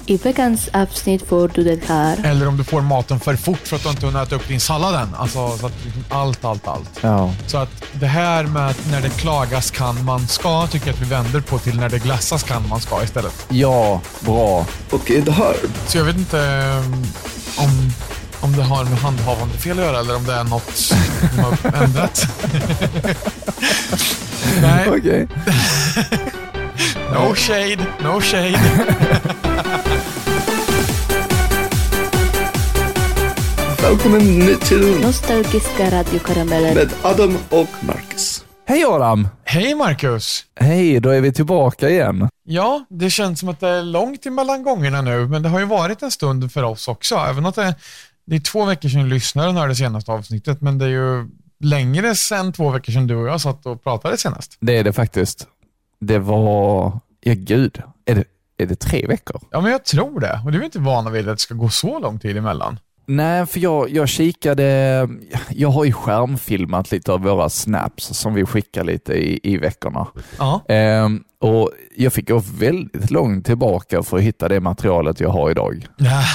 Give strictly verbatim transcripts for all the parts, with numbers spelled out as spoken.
I veckans avsnitt får du det här. Eller om du får maten för fort för att du inte har ätit upp din salladen. Alltså så att allt, allt, allt. Ja. Så att det här med att när det klagas kan man ska, tycker jag att vi vänder på till när det glassas kan man ska istället. Ja, bra. Okej, det här. Så jag vet inte um, om, om det har med handhavande fel att göra eller om det är något som har ändrats. Nej. Okej. No shade, no shade. Välkommen till Nostalgiska radiokarameller med Adam och Marcus. Hej Adam! Hej Marcus! Hej, då är vi tillbaka igen. Ja, det känns som att det är långt emellan gångerna nu, men det har ju varit en stund för oss också. Även att det, det är två veckor sedan lyssnaren hörde det senaste avsnittet, men det är ju längre sedan två veckor sedan du och jag satt och pratade senast. Det är det faktiskt. Det var... Ja, gud. Är det, är det tre veckor? Ja, men jag tror det. Och det är vi inte vana vid att det ska gå så lång tid emellan. Nej, för jag, jag kikade... Jag har ju skärmfilmat lite av våra snaps som vi skickar lite i, i veckorna. Ja. Ehm, och jag fick gå väldigt långt tillbaka för att hitta det materialet jag har idag.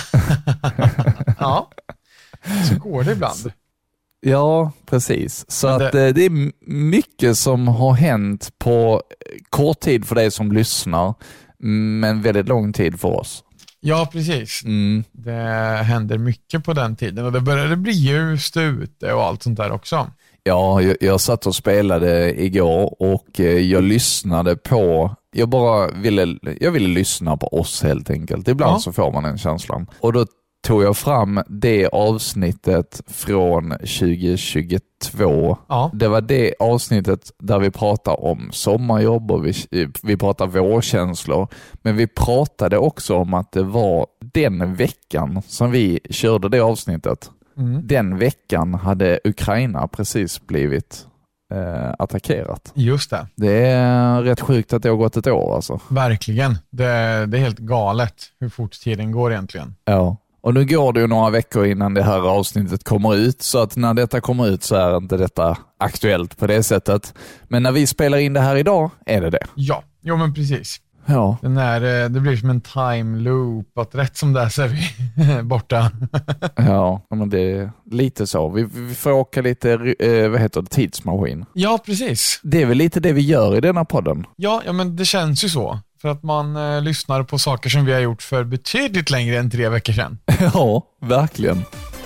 Ja, så går det ibland. Ja, precis. Så det... att eh, det är mycket som har hänt på kort tid för dig som lyssnar, men väldigt lång tid för oss. Ja, precis. Mm. Det händer mycket på den tiden och det började bli ljust ute och allt sånt där också. Ja, jag, jag satt och spelade igår och eh, jag lyssnade på, jag bara ville, jag ville lyssna på oss helt enkelt. Ibland ja. Så får man en känslan. Och då tog jag fram det avsnittet från tjugo tjugotvå. Ja. Det var det avsnittet där vi pratar om sommarjobb och vi, vi pratar vårkänslor. Men vi pratade också om att det var den veckan som vi körde det avsnittet. Mm. Den veckan hade Ukraina precis blivit eh, attackerat. Just det. Det är rätt sjukt att det har gått ett år alltså. Verkligen. Det, det är helt galet hur fort tiden går egentligen. Ja. Och nu går det ju några veckor innan det här avsnittet kommer ut, så att när detta kommer ut så är inte detta aktuellt på det sättet. Men när vi spelar in det här idag är det det. Ja, jo men precis. Ja. Den här, det blir som en time loop, att rätt som det är så är vi borta. Ja, men det är lite så. Vi, vi får åka lite, eh, vad heter det, tidsmaskin. Ja, precis. Det är väl lite det vi gör i denna podden. Ja, ja men det känns ju så. För att man eh, lyssnar på saker som vi har gjort för betydligt längre än tre veckor sedan. Ja, verkligen.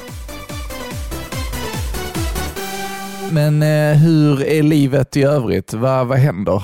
Men eh, hur är livet i övrigt? Va, vad händer?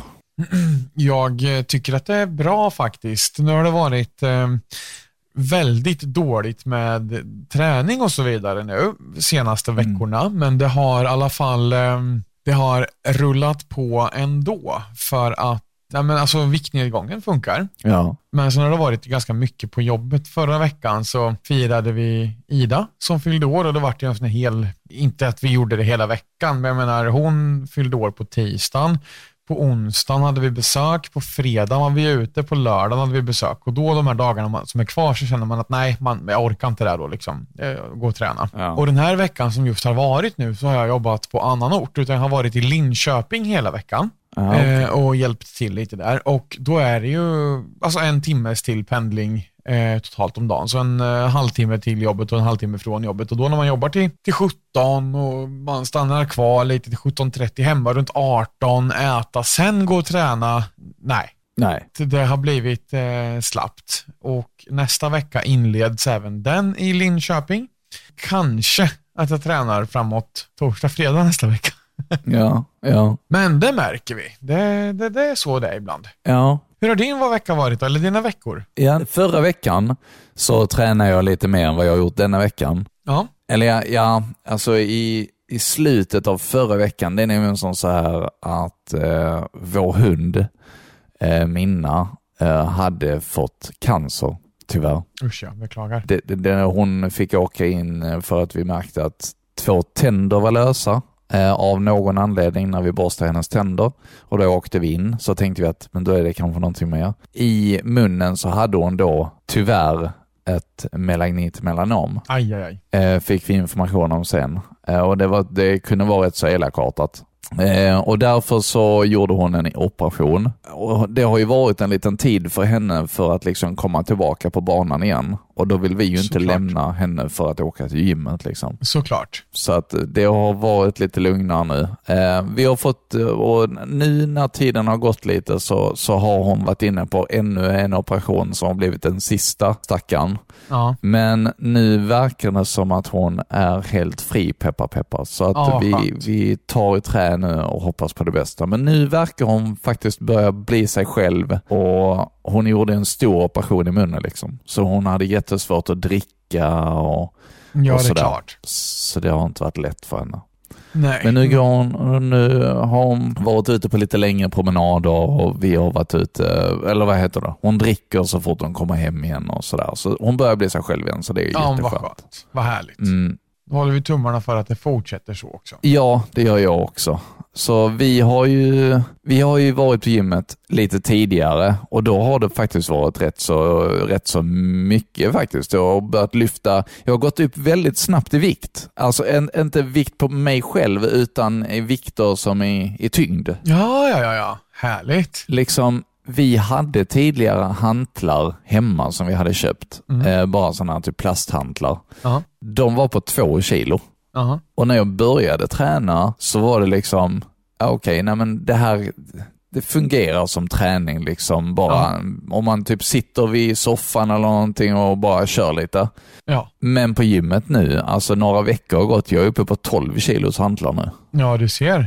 Jag eh, tycker att det är bra faktiskt. Nu har det varit eh, väldigt dåligt med träning och så vidare nu senaste mm. veckorna. Men det har i alla fall eh, det har rullat på ändå för att nej, men alltså viktnedgången funkar. Ja. Men sen har det varit ganska mycket på jobbet. Förra veckan så firade vi Ida som fyllde år och det var ju en sån hel, inte att vi gjorde det hela veckan, men jag menar hon fyllde år på tisdagen. På onsdagen hade vi besök, på fredag var vi ute, på lördagen hade vi besök och då de här dagarna som är kvar så känner man att nej, man, jag orkar inte det här då liksom, gå och träna. Ja. Och den här veckan som just har varit nu så har jag jobbat på annan ort, utan jag har varit i Linköping hela veckan. Ah, okay. eh, och hjälpt till lite där och då är det ju alltså en timmes till pendling eh, totalt om dagen, så en eh, halvtimme till jobbet och en halvtimme från jobbet, och då när man jobbar till, till sjutton och man stannar kvar lite till sjutton trettio hemma runt arton, äta, sen gå och träna, nej. Nej. Det har blivit eh, slappt och nästa vecka inleds även den i Linköping. Kanske att jag tränar framåt torsdag, fredag nästa vecka. Ja, ja. Men det märker vi. Det, det, det är så det är ibland. Ja. Hur har din vecka varit, eller dina veckor? Ja, förra veckan så tränade jag lite mer än vad jag har gjort denna veckan. Ja. Eller ja, ja alltså i, i slutet av förra veckan, det är nämligen som så här att eh, vår hund eh, Minna eh, hade fått cancer, tyvärr. Usch, jag beklagar. Det, det, det, hon fick åka in för att vi märkte att två tänder var lösa. Av någon anledning när vi borstade hennes tänder, och då åkte vi in, så tänkte vi att men då är det kanske någonting mer. I munnen så hade hon då tyvärr ett melagnit melanom. Aj, aj, aj. Fick vi information om sen. Och det, var, det kunde vara ett så elakartat. Eh, och därför så gjorde hon en operation. Och det har ju varit en liten tid för henne för att liksom komma tillbaka på banan igen. Och då vill vi ju inte Såklart. lämna henne för att åka till gymmet. Liksom. Såklart. Så att det har varit lite lugnare nu. Eh, vi har fått, och nu när tiden har gått lite så, så har hon varit inne på ännu en operation som har blivit den sista stackaren. Ja. Men nu verkar det som att hon är helt fri, peppar peppar. Så att Ja, vi, vi tar i trä nu och hoppas på det bästa. Men nu verkar hon faktiskt börja bli sig själv. Och hon gjorde en stor operation i munnen liksom. Så hon hade jättesvårt att dricka och, Ja, och det är sådär. klart. Så det har inte varit lätt för henne. Nej. Men nu, går hon, nu har hon varit ute på lite längre promenader och vi har varit ute, eller vad heter det? Hon dricker så fort hon kommer hem igen och sådär. Så hon börjar bli sig själv igen, så det är Ja, vad jätteskönt. skönt. Vad härligt. Mm. Då håller vi tummarna för att det fortsätter så också. Ja, det gör jag också. Så vi har ju vi har ju varit på gymmet lite tidigare och då har det faktiskt varit rätt så, rätt så mycket faktiskt. Jag har börjat lyfta, jag har gått upp väldigt snabbt i vikt. Alltså en, inte vikt på mig själv utan i vikter som är i tyngd. Ja, ja, ja, ja. Härligt. Liksom, vi hade tidigare hantlar hemma som vi hade köpt. Mm. Eh, bara sådana här typ plasthantlar. Ja. De var på två kilo. Aha. Och när jag började träna så var det liksom, okej, okay, nej men det här, det fungerar som träning liksom. Bara Ja. om man typ sitter vid soffan eller någonting och bara kör lite. Ja. Men på gymmet nu, alltså några veckor har gått, jag är uppe på tolv kilos hantlar nu. Ja, du ser.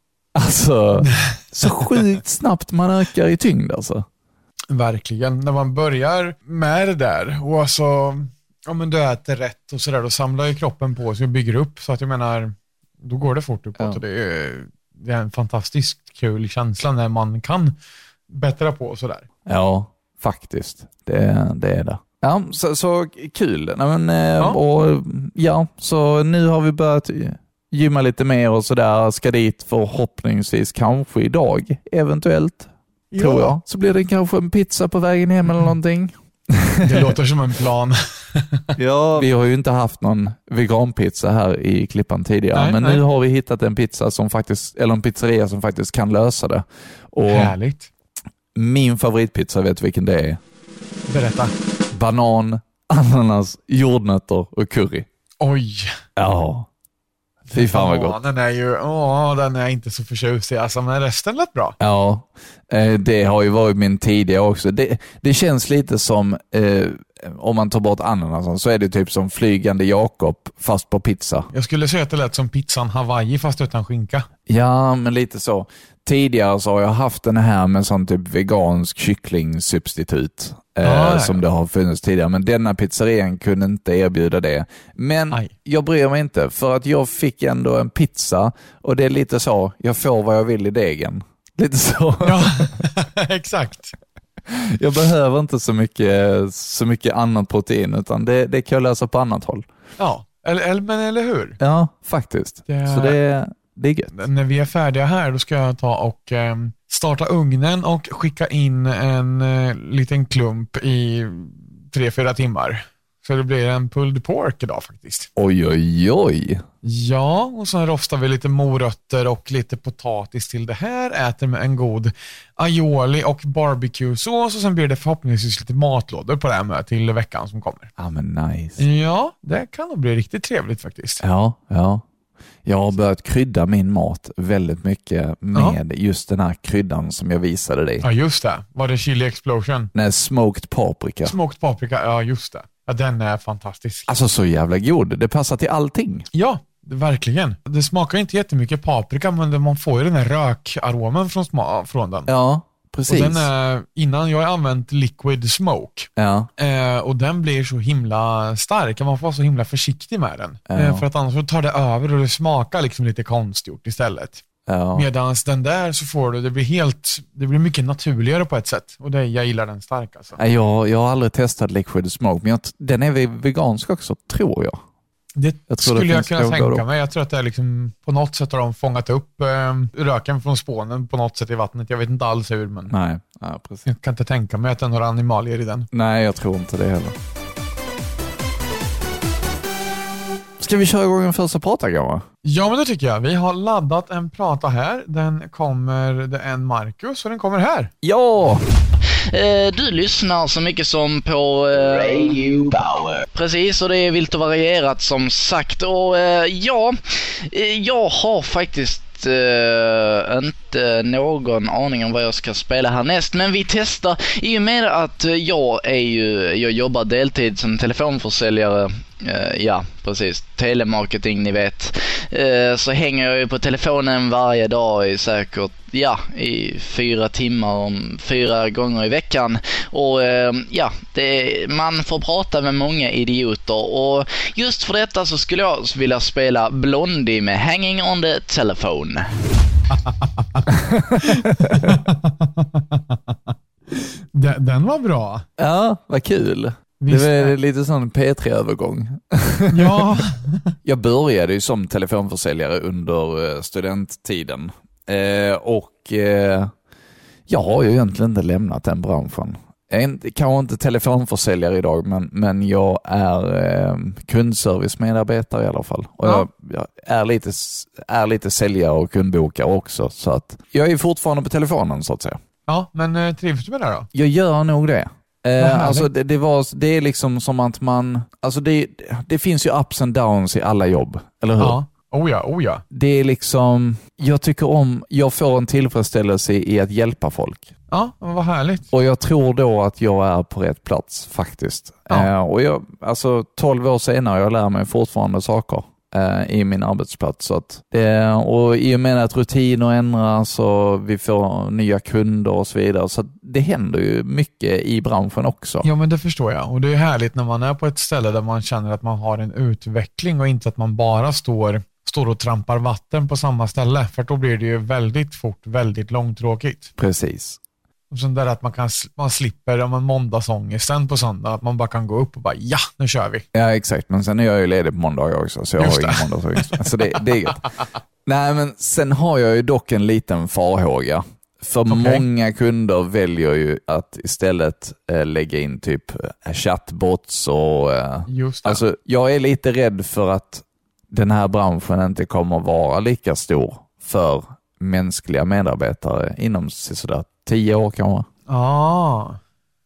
Alltså, så sjukt snabbt man ökar i tyngd alltså. Verkligen. När man börjar med det där och alltså, ja men du äter rätt och sådär, då samlar ju kroppen på sig och bygger upp. Så att jag menar, då går det fort uppåt. Ja. Och det är, det är en fantastiskt kul känsla när man kan bättra på och sådär. Ja, faktiskt. Det, det är det. Ja, så, så kul. Nej, men, eh, Ja. Och, ja, så nu har vi börjat gymma lite mer och sådär. Ska dit förhoppningsvis kanske idag, eventuellt, Ja. tror jag. Så blir det kanske en pizza på vägen hem eller någonting. Det låter som en plan. Ja. Vi har ju inte haft någon veganpizza här i Klippan tidigare, Nej, men nej. nu har vi hittat en pizza som faktiskt, eller en pizzeria som faktiskt kan lösa det. Och Härligt. min favoritpizza, vet du vilken det är? Berätta. Banan, ananas, jordnötter och curry. Oj. Ja, fy fan vad gott. Den är ju, åh, den är inte så förtjust i, alltså, men resten lät bra. Ja, eh, det har ju varit min tidigare också. Det, det känns lite som, eh, om man tar bort ananasen så är det typ som flygande Jakob fast på pizza. Jag skulle säga att det lät som pizzan Hawaii fast utan skinka. Ja, men lite så. Tidigare så har jag haft den här med sån typ vegansk kycklingsubstitut eh, Ah, ja, ja. som det har funnits tidigare. Men denna pizzerian kunde inte erbjuda det. Men Aj. jag bryr mig inte för att jag fick ändå en pizza och det är lite så, jag får vad jag vill i degen. Lite så. Ja, exakt. Jag behöver inte så mycket, så mycket annat protein utan det, det kan jag lösa på annat håll. Ja, eller, eller, men eller hur? Ja, faktiskt. Det- Så det, det är gött. När vi är färdiga här då ska jag ta och eh, starta ugnen och skicka in en eh, liten klump i tre, fyra timmar. Så det blir en pulled pork idag faktiskt. Oj, oj, oj. Ja, och sen rostar vi lite morötter och lite potatis till det här. Äter med en god aioli och barbecue-sås och sen blir det förhoppningsvis lite matlådor på det här med till veckan som kommer. Ja, men nice. Ja, det kan nog bli riktigt trevligt faktiskt. Ja, ja. Jag har börjat krydda min mat väldigt mycket med just den här kryddan som jag visade dig. Ja, just det. Var det chili explosion? Nej, smoked paprika. Smoked paprika, ja just det. Ja, den är fantastisk. Alltså så jävla god. Det passar till allting. Ja, det, verkligen. Det smakar inte jättemycket paprika, men det, man får ju den här rökaromen från, sma, från den. Ja, precis. Och den är, innan jag har använt liquid smoke. Ja, Eh, och den blir så himla stark. Man får vara så himla försiktig med den. Ja. Eh, för att annars så tar det över och det smakar liksom lite konstgjort istället. ja. Medan den där så får du, det blir helt, det blir mycket naturligare på ett sätt. Och det, jag gillar den stark alltså. Nej, Jag, jag har aldrig testat liquid smoke, men jag, den är väl vegansk också, tror jag. Det Jag tror det skulle jag finns kunna något tänka då. mig. Jag tror att det är liksom, på något sätt har de fångat upp eh, röken från spånen på något sätt i vattnet. Jag vet inte alls hur, men Nej, ja, precis. jag kan inte tänka mig att det är några animalier i den. Nej, jag tror inte det heller. Ska vi köra igång en första prata, gammal? Ja, men det tycker jag. Vi har laddat en prata här. Den kommer, det är en Marcus och den kommer här. Ja! Eh, du lyssnar så mycket som på eh, Radio Power. Precis, och det är vilt och varierat som sagt. Och eh, ja, eh, jag har faktiskt Uh, inte någon aning om vad jag ska spela härnäst, men vi testar i och med att jag är ju jag jobbar deltid som telefonförsäljare. Uh, ja, precis, telemarketing, ni vet. Uh, så hänger jag ju på telefonen varje dag i säkert ja, i fyra timmar om fyra gånger i veckan. Och uh, ja, det, man får prata med många idioter, och just för detta så skulle jag vilja spela Blondie med Hanging on the Telephone. den, den var bra. Ja, vad kul. Visst, det var lite sån P tre-övergång. Ja. Jag började ju som telefonförsäljare under studenttiden. Eh, och eh, jag har ju egentligen inte lämnat den branschen. Jag är inte, kanske inte telefonförsäljare idag, men, men jag är eh, kundservice-medarbetare i alla fall. Och ja. jag, jag är, lite, är lite säljare och kundbokare också. Så att jag är fortfarande på telefonen, så att säga. Ja, men eh, trivs du med det då? Jag gör nog det. Eh, alltså det, det, var, det är liksom som att man... Alltså det, det finns ju ups and downs i alla jobb, eller hur? Ja. Oh ja, oh ja. Det är liksom... Jag tycker om... Jag får en tillfredsställelse i att hjälpa folk. Ja, vad härligt. Och jag tror då att jag är på rätt plats faktiskt. Ja. Eh, och jag, alltså tolv år senare, jag lär mig fortfarande saker eh, i min arbetsplats. Så att det, och i och med att rutiner ändras och vi får nya kunder och så vidare. Så det händer ju mycket i branschen också. Ja, men det förstår jag. Och det är härligt när man är på ett ställe där man känner att man har en utveckling och inte att man bara står... står och trampar vatten på samma ställe, för då blir det ju väldigt fort väldigt långtråkigt. Precis. Och sen där att man kan man slipper om en måndagsångesten på söndag, att man bara kan gå upp och bara ja, nu kör vi. Ja, exakt, men sen är jag ju ledig på måndagar också, så jag Just har det. ingen måndagsångest. Så det, det är gött. Nej, men sen har jag ju dock en liten farhåga. För Okay. många kunder väljer ju att istället eh, lägga in typ eh, chatbots och eh, Just det. alltså jag är lite rädd för att den här branschen inte kommer vara lika stor för mänskliga medarbetare inom sådär tio år kanske. Ja,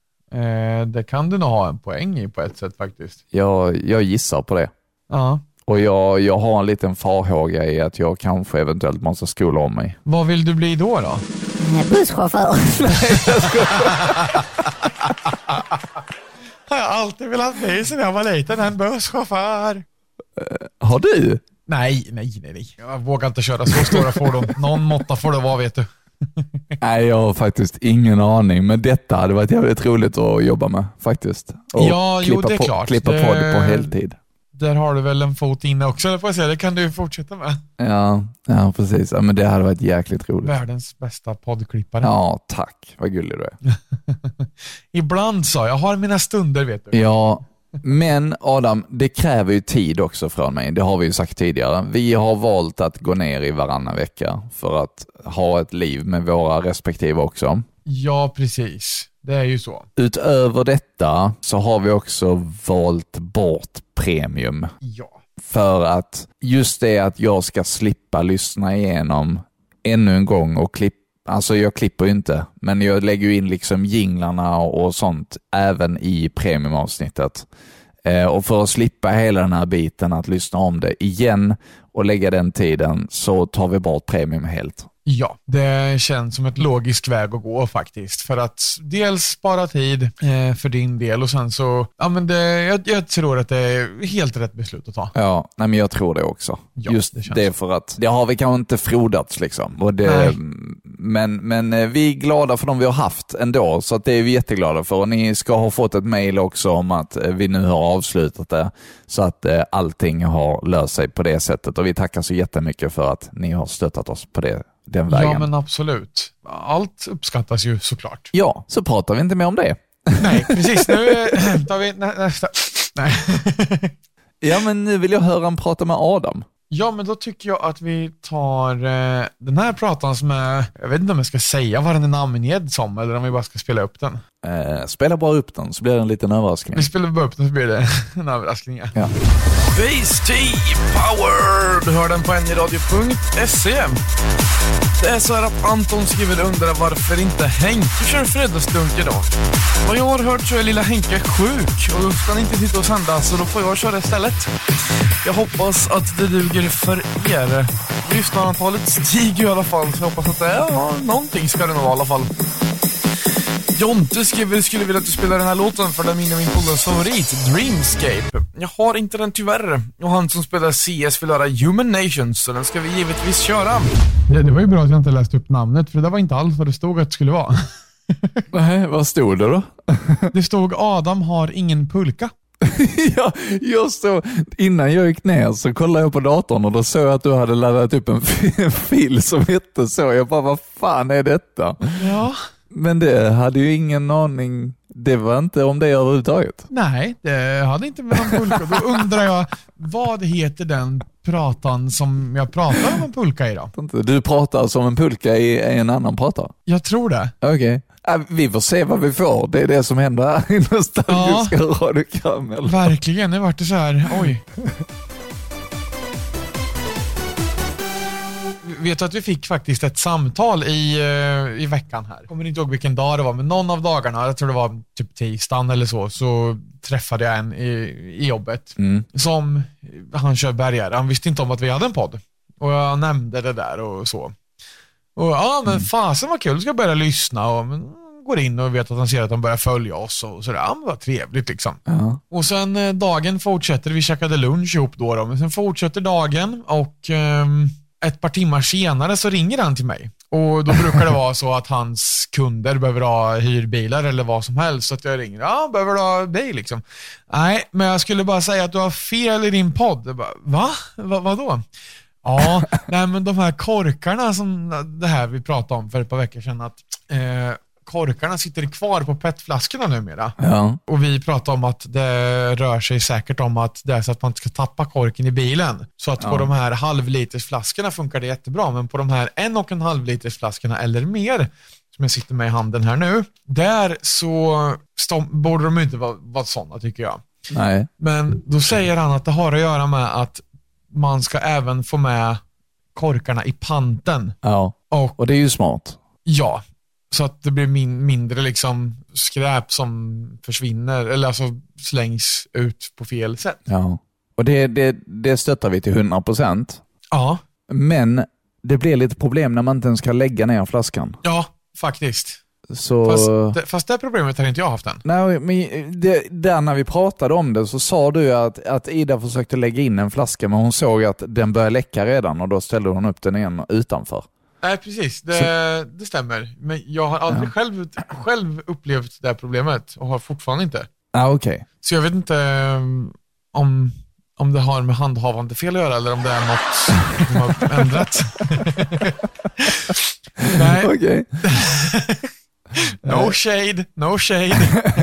eh, det kan du nog ha en poäng i på ett sätt faktiskt. Jag, jag gissar på det. Ja. Och jag, jag har en liten farhåga i att jag kanske eventuellt måste skola om mig. Vad vill du bli då då? Busschaufför. Har jag alltid velat bli sedan jag var liten, en busschaufför. Har du? Nej, nej, nej, nej. Jag vågar inte köra så stora fordon. Någon måtta får det vara, vet du. Nej, jag har faktiskt ingen aning. Men detta hade varit jävligt roligt att jobba med faktiskt. Och ja, jo, det är på, klart. Klippa det... podd på heltid. Där har du väl en fot inne också, får jag säga. Det kan du fortsätta med. Ja, ja precis. Ja, men det hade varit jäkligt roligt. Världens bästa poddklippare. Ja, tack. Vad gullig du är. Ibland så, jag har mina stunder, vet du. Ja, men Adam, det kräver ju tid också från mig. Det har vi ju sagt tidigare. Vi har valt att gå ner i varannan vecka för att ha ett liv med våra respektive också. Ja, precis. Det är ju så. Utöver detta så har vi också valt bort premium. Ja. För att just det att jag ska slippa lyssna igenom ännu en gång och klippa. Alltså jag klipper ju inte, men jag lägger ju in liksom jinglarna och sånt även i premiumavsnittet. Eh, och för att slippa hela den här biten att lyssna om det igen och lägga den tiden, så tar vi bort premium helt. Ja, det känns som ett logiskt väg att gå faktiskt. För att dels spara tid eh, för din del och sen så, ja men det, jag, jag tror att det är helt rätt beslut att ta. Ja, nej, men jag tror det också. Ja, Just det, det, för att det har vi kanske inte frodats liksom. Och det, men, men vi är glada för de vi har haft ändå, så att det är vi jätteglada för. Och ni ska ha fått ett mejl också om att vi nu har avslutat det, så att eh, allting har löst sig på det sättet. Och vi tackar så jättemycket för att ni har stöttat oss på det. Den vägen. Ja, men absolut. Allt uppskattas ju såklart. Ja, så pratar vi inte mer om det. Nej, precis. Nu tar vi nä- nästa. Nej. Ja, men nu vill jag höra en prata med Adam. Ja, men då tycker jag att vi tar eh, den här pratan som är, jag vet inte om jag ska säga vad den är namngedd som, eller om vi bara ska spela upp den. Eh, spela bara upp den så blir det en liten överraskning. Vi spelar bara upp den så blir det en överraskning. Ja. Base-T Power! Du hör den på n i radio punkt se. Det är så här att Anton skriver undrar varför inte Henke kör fredagsdunk idag. Vad jag har hört så är lilla Henke sjuk och då ska han inte sitta och sända, så då får jag köra istället. Jag hoppas att det duger för er. Lyssnarantalet stiger i alla fall, så jag hoppas att det är ja, någonting ska det nog vara i alla fall. Jonte skriver, skulle vilja att du spelar den här låten för den är min polarens favorit, Dreamscape. Jag har inte den tyvärr. Och han som spelar C S vill höra Human Nations, så den ska vi givetvis köra. Det, det var ju bra att jag inte läste upp namnet, för det var inte alls vad det stod att det skulle vara. Nej, vad stod det då? Det stod Adam har ingen pulka. Ja, jag stod, innan jag gick ner så kollade jag på datorn och då såg jag att du hade laddat upp en, en fil som hette så. Jag bara, vad fan är detta? Ja. Men det hade ju ingen aning, det var inte om det överhuvudtaget. Nej, det hade inte med någon pulka. Då undrar jag, vad heter den pratan som jag pratar om en pulka i då? Du pratar som en pulka i en annan pratar? Jag tror det. Okej. Okay. Äh, vi får se vad vi får. Det är det som händer här i Nostalgiska ja, Radio Karamell. Verkligen, det vart det så här, oj. Vet du att vi fick faktiskt ett samtal i, i veckan här. Jag kommer inte ihåg vilken dag det var, men någon av dagarna, jag tror det var typ tisdagen eller så, så träffade jag en i, i jobbet mm. som, han kör bergare. Han visste inte om att vi hade en podd. Och jag nämnde det där och så. Och ja, men mm. fasen var kul, du ska börja lyssna. Och men, går in och vet att han ser att han börjar följa oss och sådär. Ja, men vad trevligt liksom. Uh-huh. Och sen eh, dagen fortsätter, vi käkade lunch ihop då, då. Men sen fortsätter dagen och ehm, ett par timmar senare så ringer han till mig. Och då brukar det vara så att hans kunder behöver ha hyrbilar eller vad som helst. Så att jag ringer, ja, behöver du ha bil liksom? Nej, men jag skulle bara säga att du har fel i din podd. Jag bara, va? va? Vadå? Ja, nej men de här korkarna som det här vi pratade om för ett par veckor sedan, att eh, korkarna sitter kvar på petflaskorna numera. Ja. Och vi pratar om att det rör sig säkert om att det är så att man ska tappa korken i bilen. Så att ja. på de här halvlitersflaskorna funkar det jättebra. Men på de här en och en halv liters flaskorna eller mer, som jag sitter med i handen här nu, där så stå- borde de inte vara, vara sådana, tycker jag. Nej. Men då säger han att det har att göra med att man ska även få med korkarna i panten. Ja, och, och det är ju smart. Ja, så att det blir min, mindre liksom skräp som försvinner eller alltså slängs ut på fel sätt. Ja, och det, det, det stöttar vi till hundra procent. Ja. Men det blir lite problem när man inte ens kan lägga ner flaskan. Ja, faktiskt. Så... Fast, det, fast det problemet har inte jag haft än. Nej, men det, där när vi pratade om det så sa du att, att Ida försökte lägga in en flaska, men hon såg att den började läcka redan och då ställde hon upp den igen utanför. Nej, precis. Det, det stämmer. Men jag har aldrig ja. själv, själv upplevt det här problemet och har fortfarande inte. Ah, okej. Okay. Så jag vet inte om, om det har med handhavande fel att göra eller om det är något som har ändrat. Nej. Okej. Okay. No shade, no shade.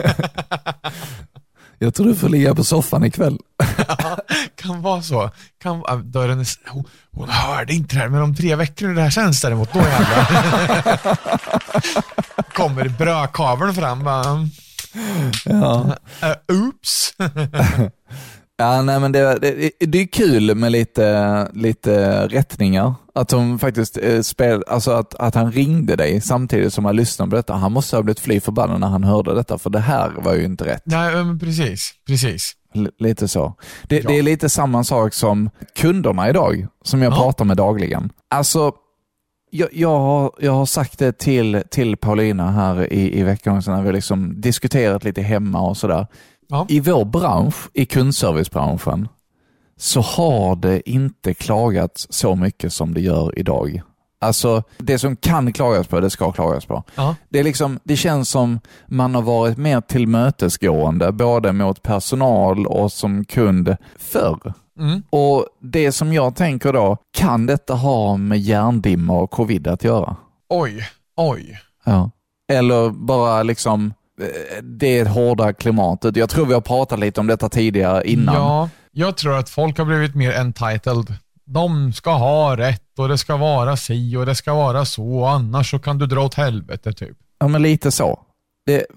Jag tror du får ligga på soffan ikväll. Ja, kan vara så. Kan, dörren är, hon, hon hörde inte det här, men om tre veckor det här känns däremot, då jävlar. Kommer brödkaveln fram. Bara, ja. Uh, oops. Ja, nej, men det, det, det är kul med lite, lite rättningar. Att de faktiskt eh, spel, alltså att, att han ringde dig samtidigt som han lyssnade på detta. Han måste ha blivit fly förbannad när han hörde detta, för det här var ju inte rätt. Nej, men precis, precis. L- lite så. Det, ja. det är lite samma sak som kunderna idag, som jag ja. pratar med dagligen. Alltså, jag, jag, har, jag har sagt det till, till Paulina här i, i veckan när vi liksom diskuterat lite hemma och sådär. Ja. I vår bransch, i kundservicebranschen, så har det inte klagats så mycket som det gör idag. Alltså, det som kan klagas på, det ska klagas på. Ja. Det är liksom, det känns som man har varit mer tillmötesgående, både mot personal och som kund förr. Mm. Och det som jag tänker då, kan detta ha med hjärndimma och covid att göra? Oj, oj. Ja. Eller bara liksom det hårda klimatet. Jag tror vi har pratat lite om detta tidigare innan. Ja, jag tror att folk har blivit mer entitled de ska ha rätt och det ska vara si och det ska vara så, annars så kan du dra åt helvete typ. Ja, men lite så. Det,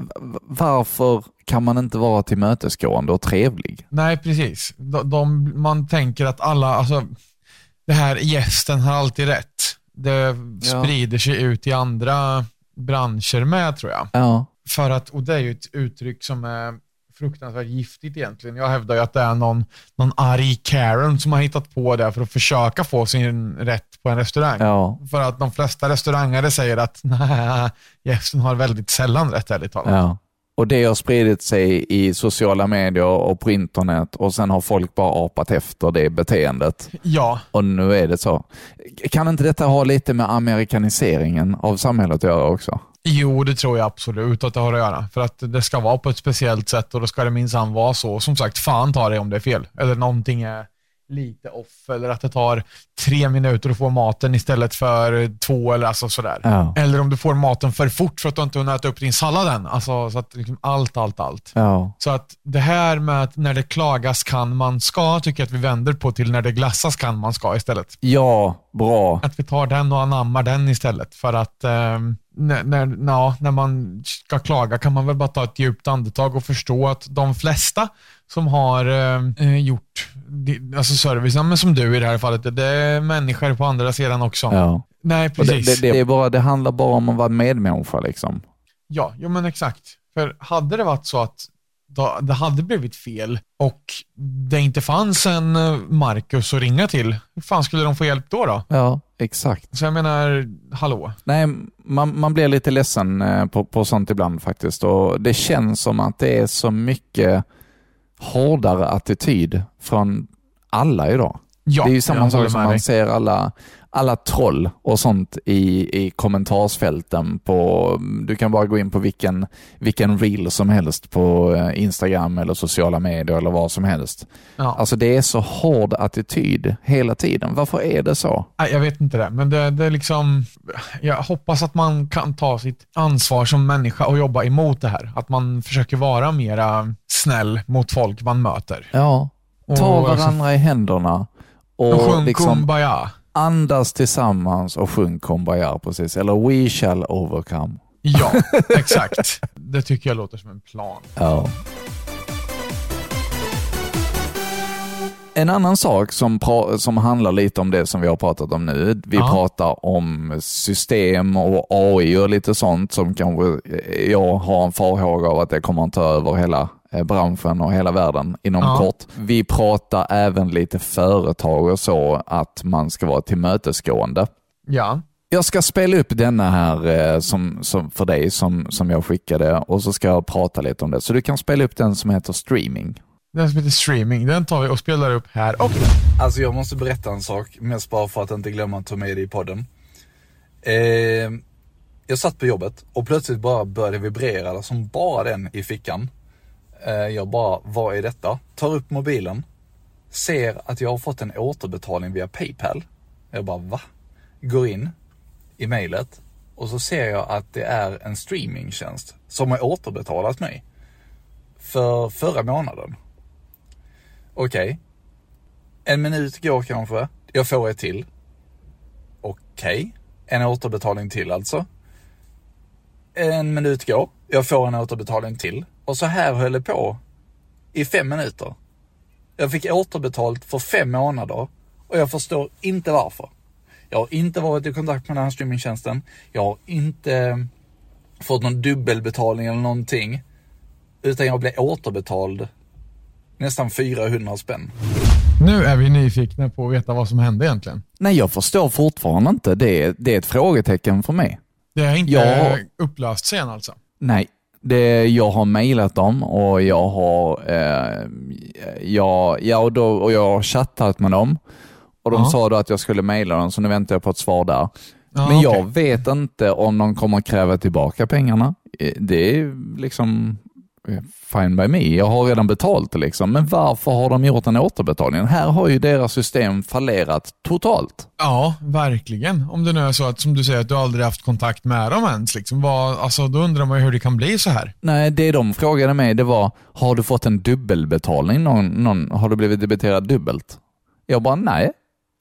varför kan man inte vara tillmötesgående och trevlig? Nej, precis. De, de, man tänker att alla, alltså det här gästen har alltid rätt. Det ja. sprider sig ut i andra branscher med, tror jag. Ja. För att, och det är ju ett uttryck som är fruktansvärt giftigt egentligen. Jag hävdar ju att det är någon, någon arg Karen som har hittat på det för att försöka få sin rätt på en restaurang. Ja. För att de flesta restaurangare säger att nej, gästen har väldigt sällan rätt, ärligt talat. Ja. Och det har spridit sig i sociala medier och på internet och sen har folk bara apat efter det beteendet. Ja. Och nu är det så. Kan inte detta ha lite med amerikaniseringen av samhället att göra också? Jo, det tror jag absolut att det har att göra. För att det ska vara på ett speciellt sätt och då ska det minsann vara så. Som sagt, fan tar det om det är fel. Eller någonting är lite off. Eller att det tar tre minuter att få maten istället för två eller alltså sådär. Ja. Eller om du får maten för fort för att du inte har ätit upp din sallad än. Alltså så att liksom allt, allt, allt. Ja. Så att det här med att när det klagas kan man ska, tycker jag att vi vänder på till när det glassas kan man ska istället. Ja, bra. Att vi tar den och anammar den istället. För att eh, när, när, na, när man ska klaga kan man väl bara ta ett djupt andetag och förstå att de flesta som har eh, gjort alltså servicen, men som du i det här fallet, det är människor på andra sidan också. Ja. Nej, precis. Det, det, det, är bara, det handlar bara om att vara medmänniska liksom. Ja, jo, men exakt. För hade det varit så att då, det hade blivit fel och det inte fanns en Marcus att ringa till, hur fan skulle de få hjälp då då? Ja, exakt. Så jag menar, hallå? Nej, man, man blir lite ledsen på, på sånt ibland faktiskt. Och det känns som att det är så mycket hårdare attityd från alla idag. Ja, det är ju samma sak som man dig. ser alla, alla troll och sånt i, i kommentarsfälten på, du kan bara gå in på vilken, vilken reel som helst på Instagram eller sociala medier eller vad som helst. Ja. Alltså det är så hård attityd hela tiden. Varför är det så? Jag vet inte det, men det, det är liksom, jag hoppas att man kan ta sitt ansvar som människa och jobba emot det här. Att man försöker vara mera snäll mot folk man möter. Ja, ta och varandra alltså, i händerna och, och sjung liksom kumbaya. Andas tillsammans och sjung kumbaya, precis. Eller we shall overcome. Ja, exakt. Det tycker jag låter som en plan. Ja. En annan sak som, pra- som handlar lite om det som vi har pratat om nu. Vi ja. pratar om system och A I och lite sånt som kanske jag har en farhåga av att det kommer att ta över hela branschen och hela världen inom ja. kort. Vi pratar även lite företag och så att man ska vara tillmötesgående. Ja. Jag ska spela upp denna här eh, som, som för dig som, som jag skickade och så ska jag prata lite om det. Så du kan spela upp den som heter streaming. Den som heter streaming, den tar vi och spelar upp här. Och... Alltså jag måste berätta en sak, mest bara för att inte glömma att ta med det i podden. Eh, jag satt på jobbet och plötsligt bara började vibrera som bara den i fickan. Eh, jag bara, vad är detta? Tar upp mobilen, ser att jag har fått en återbetalning via PayPal. Jag bara, va? Går in i mejlet och så ser jag att det är en streamingtjänst som har återbetalat mig för förra månaden. Okej. Okay. En minut går kanske. Jag får ett till. Okej. Okay. En återbetalning till alltså. En minut går. Jag får en återbetalning till. Och så här höll det på i fem minuter. Jag fick återbetalt för fem månader. Och jag förstår inte varför. Jag har inte varit i kontakt med den här streamingtjänsten. Jag har inte fått någon dubbelbetalning eller någonting. Utan jag blev återbetald nästan fyrahundra spänn. Nu är vi nyfikna på att veta vad som hände egentligen. Nej, jag förstår fortfarande inte. Det är, det är ett frågetecken för mig. Det är inte jag... upplöst sen alltså? Nej, det, jag har mejlat dem och jag har eh, jag, ja, och, då, och jag har chattat med dem. Och de ja. sa då att jag skulle mejla dem, så nu väntar jag på ett svar där. Ja, Men jag okay. vet inte om de kommer kräva tillbaka pengarna. Det är liksom fine by me. Jag har redan betalt det liksom. Men varför har de gjort en återbetalning? Här har ju deras system fallerat totalt. Ja, verkligen. Om det nu är så att, som du säger, att du aldrig haft kontakt med dem ens. Liksom, vad, alltså, då undrar man ju hur det kan bli så här. Nej, det de frågade mig, det var, har du fått en dubbelbetalning? Någon, någon, har du blivit debiterad dubbelt? Jag bara, nej.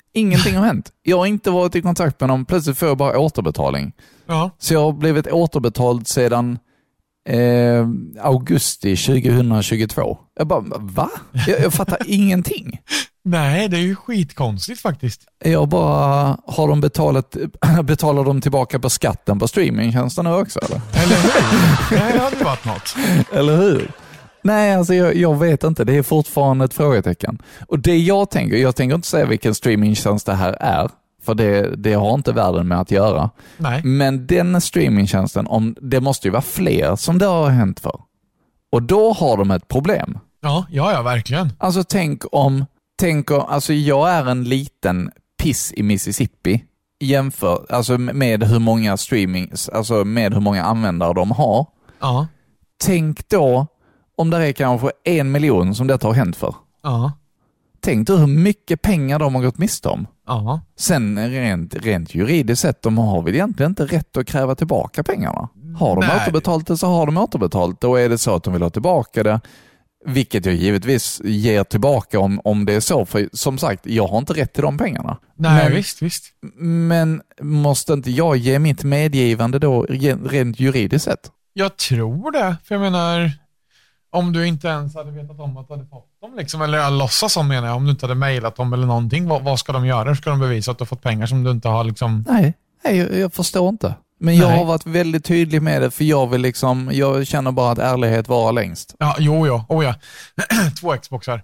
Ingenting har hänt. Jag har inte varit i kontakt med dem. Plötsligt får jag bara återbetalning. Ja. Så jag har blivit återbetald sedan eh, augusti tjugohundratjugotvå. Jag bara, va? Jag, jag fattar ingenting. Nej, det är ju skitkonstigt faktiskt. Jag bara, har de betalat, betalar de tillbaka på skatten på streamingtjänsten nu också eller? Eller hur? Det hade varit något. Eller hur? Nej, alltså jag, jag vet inte. Det är fortfarande ett frågetecken. Och det jag tänker, jag tänker inte säga vilken streamingtjänst det här är, för det, det har inte världen med att göra. Nej. Men den streamingtjänsten, om, det måste ju vara fler som det har hänt för. Och då har de ett problem. Ja, ja, ja, verkligen. Alltså tänk om, tänk om, alltså jag är en liten piss i Mississippi jämför, alltså med hur många streamings, alltså med hur många användare de har. Ja. Tänk då om det är kanske en miljon som detta har hänt för. Ja. Tänk då hur mycket pengar de har gått miste om. Ja. Sen rent, rent juridiskt sett, de har väl egentligen inte rätt att kräva tillbaka pengarna. Har de Nej. återbetalt det så har de återbetalt det, och är det så att de vill ha tillbaka det, vilket jag givetvis ger tillbaka om, om det är så, för som sagt, jag har inte rätt till de pengarna. Nej, men, visst, visst. Men måste inte jag ge mitt medgivande då rent juridiskt sett? Jag tror det, för jag menar, om du inte ens hade vetat om att du hade fått dem, liksom, eller jag låtsas som menar jag, om du inte hade mejlat dem eller någonting, vad, vad ska de göra? Ska de bevisa att du har fått pengar som du inte har liksom... Nej, nej jag, jag förstår inte. Men jag har varit väldigt tydlig med det, för jag vill liksom, jag känner bara att ärlighet varar längst. Ja, jo, jo, oh ja. Två Xboxar.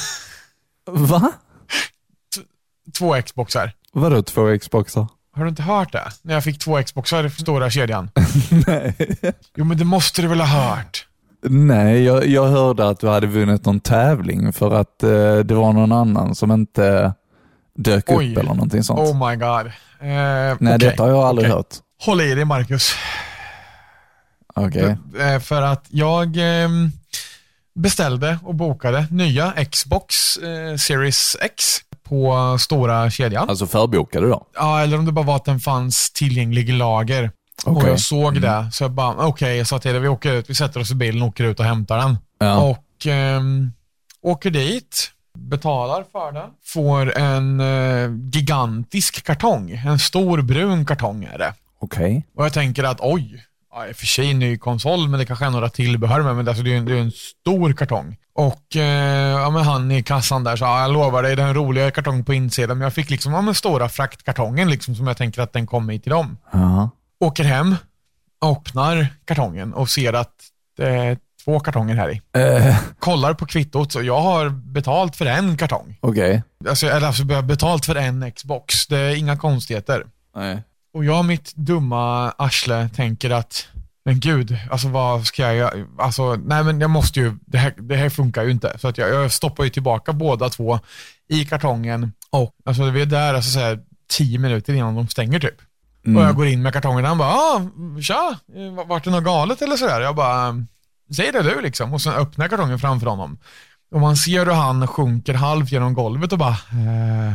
Va? T- två Xboxar. Vadå två Xboxar? Har du inte hört det? När jag fick två Xboxar i stora kedjan. Nej. Jo, men det måste du väl ha hört? Nej, jag, jag hörde att du hade vunnit någon tävling för att eh, det var någon annan som inte dök Oj. upp eller någonting sånt. Oh my god. Eh, Nej, okay. detta har jag aldrig okay. hört. Håll i dig, Marcus. Okej. Okay. För att jag eh, beställde och bokade nya Xbox eh, Series X på stora kedjan. Alltså förbokade då? Ja, eller om det bara var att den fanns tillgänglig i lager. Okay. Och jag såg mm. det, så jag bara, okej, okay, jag sa till det, vi åker ut, vi sätter oss i bilen och åker ut och hämtar den. Ja. Och eh, åker dit, betalar för den, får en eh, gigantisk kartong, en stor brun kartong är det. Okej. Okay. Och jag tänker att, oj, ja, för sig ny konsol, men det kanske är några tillbehör med, men alltså, det är en, det är en stor kartong. Och eh, ja, men han i kassan där sa, ja, jag lovar dig, det är en roligare kartong på insidan, men jag fick liksom ja, den stora fraktkartongen liksom, som jag tänker att den kommer hit till dem. Ja. Åker hem, öppnar kartongen och ser att det är två kartonger här i. Uh. Kollar på kvittot, så jag har betalt för en kartong. Okej. Okay. Alltså, eller alltså jag har betalt för en Xbox. Det är inga konstigheter. Nej. Och jag, mitt dumma arsle, tänker att men gud, alltså vad ska jag göra? Alltså, nej men jag måste ju, det här, det här funkar ju inte. Så att jag, jag stoppar ju tillbaka båda två i kartongen. Och alltså vi är där, alltså så här, tio minuter innan de stänger typ. Mm. Och jag går in med kartongen och han bara, ah, tja, vart det något galet eller sådär? Jag bara, säg det du liksom. Och sen öppnar kartongen framför honom. Och man ser hur han sjunker halvt genom golvet och bara, eh,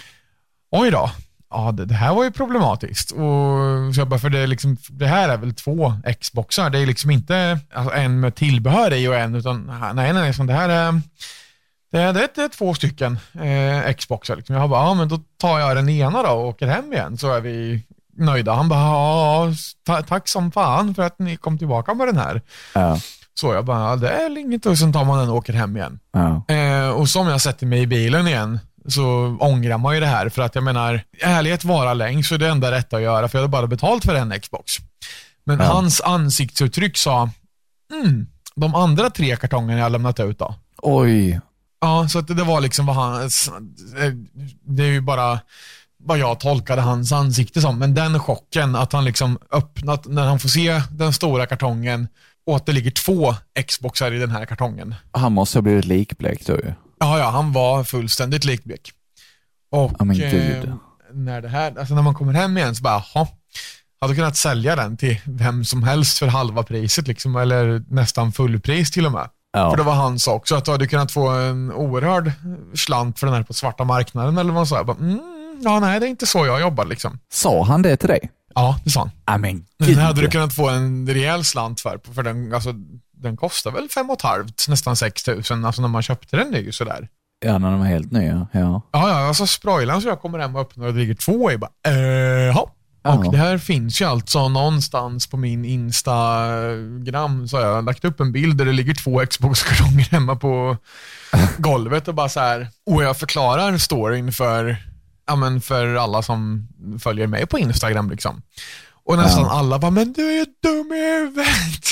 oj då. Ja, det, det här var ju problematiskt. Och så jag bara, för det, är liksom, det här är väl två Xboxar. Det är liksom inte alltså, en med tillbehör i och en, utan nej, nej, nej, det här är, det är, det är två stycken eh, Xboxar. Liksom. Jag bara, ja men då tar jag den ena då och åker hem igen, så är vi nöjda. Han bara, ja, ta- tack som fan för att ni kom tillbaka med den här. Ja. Så jag bara, ja, det är inget, och sen tar man den och åker hem igen. Ja. Eh, och som jag sätter mig i bilen igen, så ångrar man ju det här, för att jag menar, ärlighet vara längst, så är det enda rätta att göra, för jag hade bara betalt för en Xbox. Men ja. hans ansiktsuttryck sa, mm, de andra tre kartongerna jag har lämnat ut då. Oj. Ja, så att det, det var liksom vad han, det är ju bara vad jag tolkade hans ansikte som, men den chocken att han liksom öppnat, när han får se den stora kartongen och att det ligger två Xboxar i den här kartongen. Han måste ha blivit likblek då ju. Ja, ja, han var fullständigt likblek. Och ja, men gud. Eh, när det här, alltså när man kommer hem igen så bara, jaha, hade kunnat sälja den till vem som helst för halva priset liksom, eller nästan fullpris till och med. Ja. För det var han sa också att du hade kunnat få en oerhörd slant för den här på svarta marknaden eller vad han sa. Jag bara, mm, ja nej, det är inte så jag jobbar liksom. Sa han det till dig? Ja, det sa han. Ja, men den hade du kunnat få en rejäl slant för, för den, alltså, den kostar väl fem och ett halvt, nästan sex tusen, alltså när man köpte den, det är ju sådär. Ja, när de är helt nya. Ja, Ja, ja, alltså spoilern så jag kommer hem och öppnar och det ligger två i. Bara, eh, ja. Ja. Och det här finns ju alltså någonstans på min Instagram, så har jag lagt upp en bild där det ligger två Xbox-kartonger hemma på golvet och bara så här, och jag förklarar storyn för, ja, men för alla som följer mig på Instagram liksom. Och nästan Ja. alla bara, men du är ju dum i huvudet.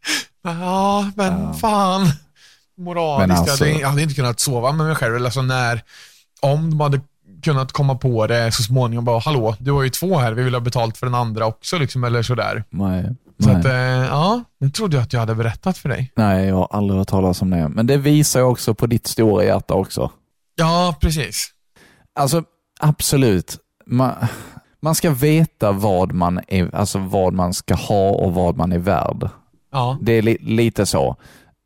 Ja, men Ja. fan. Moraliskt, Men alltså- jag, hade, jag hade inte kunnat sova med mig själv. Alltså när, om de hade kunnat komma på det så småningom, bara, hallå, du har ju två här, vi vill ha betalt för den andra också, liksom, eller sådär. Nej. Så Nej. att, eh, ja, nu trodde jag att jag hade berättat för dig. Nej, jag har aldrig hört talas om det. Men det visar ju också på ditt stora hjärta också. Ja, precis. Alltså, absolut. Man, man ska veta vad man, är, alltså vad man ska ha och vad man är värd. Ja, Det är li, lite så.